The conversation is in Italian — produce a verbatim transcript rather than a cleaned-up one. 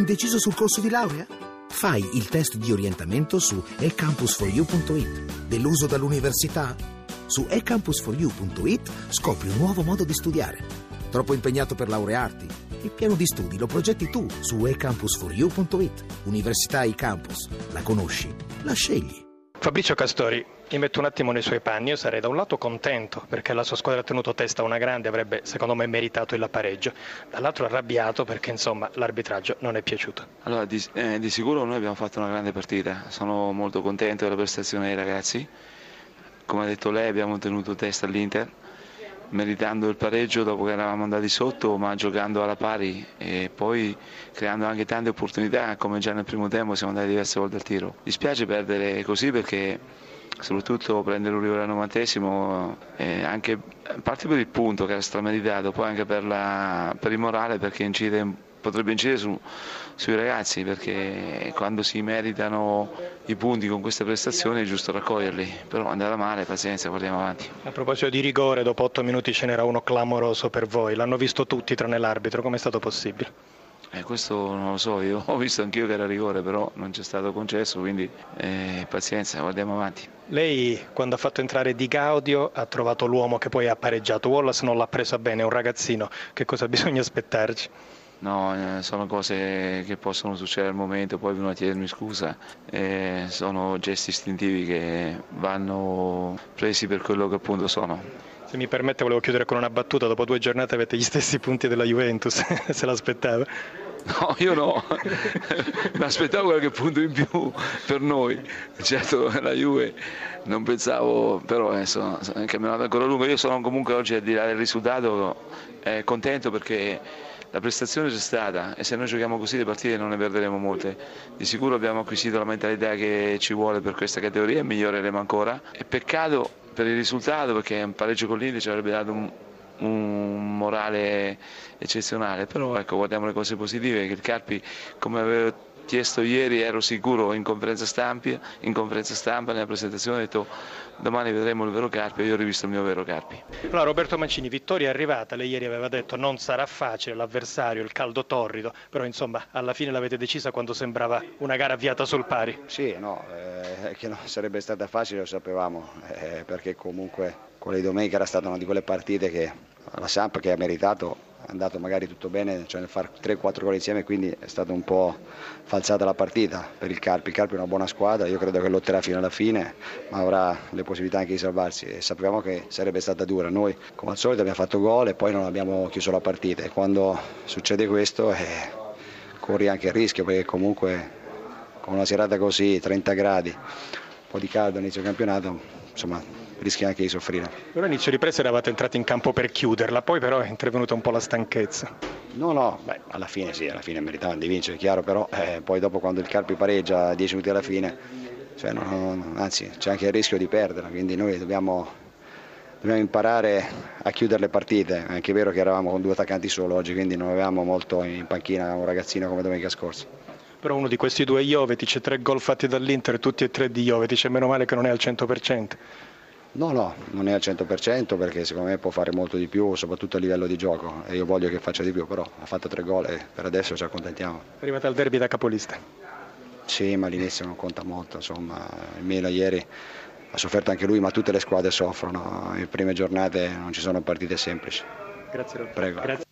Indeciso sul corso di laurea? Fai il test di orientamento su e campus for you punto it. Deluso dall'università? Su e campus for you punto it scopri un nuovo modo di studiare. Troppo impegnato per laurearti? Il piano di studi lo progetti tu su e campus for you punto it. Università eCampus. La conosci? La scegli. Fabrizio Castori, mi metto un attimo nei suoi panni. Io sarei da un lato contento perché la sua squadra ha tenuto testa a una grande, avrebbe secondo me meritato il pareggio, dall'altro arrabbiato perché insomma l'arbitraggio non è piaciuto. Allora di, eh, di sicuro noi abbiamo fatto una grande partita, sono molto contento della prestazione dei ragazzi, come ha detto lei abbiamo tenuto testa all'Inter, meritando il pareggio dopo che eravamo andati sotto, ma giocando alla pari e poi creando anche tante opportunità, come già nel primo tempo siamo andati diverse volte al tiro. Dispiace perdere così perché soprattutto prendere un rigore al novantesimo, eh, anche a parte per il punto che era strameritato, poi anche per, la, per il morale, perché incide potrebbe incidere su, sui ragazzi, perché quando si meritano i punti con queste prestazioni è giusto raccoglierli, però è andata male, pazienza, guardiamo avanti. A proposito di rigore, dopo otto minuti ce n'era uno clamoroso per voi, l'hanno visto tutti tranne l'arbitro, com'è stato possibile? Eh, questo non lo so, io ho visto anch'io che era rigore, però non c'è stato concesso, quindi eh, pazienza, guardiamo avanti. Lei quando ha fatto entrare Di Gaudio ha trovato l'uomo che poi ha pareggiato, Wallace non l'ha presa bene, è un ragazzino, che cosa bisogna aspettarci? No, eh, sono cose che possono succedere al momento, poi vengono a chiedermi scusa, eh, sono gesti istintivi che vanno presi per quello che appunto sono. Se mi permette volevo chiudere con una battuta, dopo due giornate avete gli stessi punti della Juventus, se l'aspettava? No, io no, mi aspettavo qualche punto in più per noi, certo la Juve non pensavo, però eh, sono, è camminato ancora lungo, io sono comunque oggi al di là del risultato eh, contento perché la prestazione c'è stata e se noi giochiamo così le partite non ne perderemo molte. Di sicuro abbiamo acquisito la mentalità che ci vuole per questa categoria e miglioreremo ancora. È peccato per il risultato perché un pareggio con l'Inter ci avrebbe dato un, un morale eccezionale, però ecco, guardiamo le cose positive, che il Carpi, come avevo chiesto ieri, ero sicuro in conferenza stampa, in conferenza stampa nella presentazione ho detto domani vedremo il vero Carpi e io ho rivisto il mio vero Carpi. Allora Roberto Mancini, vittoria è arrivata, lei ieri aveva detto non sarà facile l'avversario, il caldo torrido, però insomma alla fine l'avete decisa quando sembrava una gara avviata sul pari. Sì, no, eh, che non sarebbe stata facile lo sapevamo, eh, perché comunque quella di domenica era stata una di quelle partite che la Samp che ha meritato, è andato magari tutto bene, cioè nel fare tre quattro gol insieme, quindi è stata un po' falsata la partita per il Carpi. Il Carpi è una buona squadra, io credo che lotterà fino alla fine, ma avrà le possibilità anche di salvarsi e sapevamo che sarebbe stata dura. Noi come al solito abbiamo fatto gol e poi non abbiamo chiuso la partita e quando succede questo eh, corri anche il rischio, perché comunque con una serata così, trenta gradi, un po' di caldo all'inizio del campionato, insomma rischi anche di soffrire. Però all'inizio ripresa eravate entrati in campo per chiuderla, poi però è intervenuta un po' la stanchezza. No, no, beh, alla fine sì, alla fine meritavano di vincere, è chiaro, però eh, poi dopo quando il Carpi pareggia dieci minuti alla fine, cioè non, non, anzi c'è anche il rischio di perderla, quindi noi dobbiamo, dobbiamo imparare a chiudere le partite. È anche vero che eravamo con due attaccanti solo oggi, quindi non avevamo molto in panchina un ragazzino come domenica scorsa. Però uno di questi due Jovetic, tre gol fatti dall'Inter, tutti e tre di Jovetic, meno male che non è al cento per cento. No, no, non è al cento per cento perché secondo me può fare molto di più, soprattutto a livello di gioco, e io voglio che faccia di più, però ha fatto tre gol e per adesso ci accontentiamo. Arrivate al derby da capolista. Sì, ma all'inizio non conta molto, insomma, il Milan ieri ha sofferto anche lui, ma tutte le squadre soffrono, le prime giornate non ci sono partite semplici. Grazie Roberto. Prego. Grazie.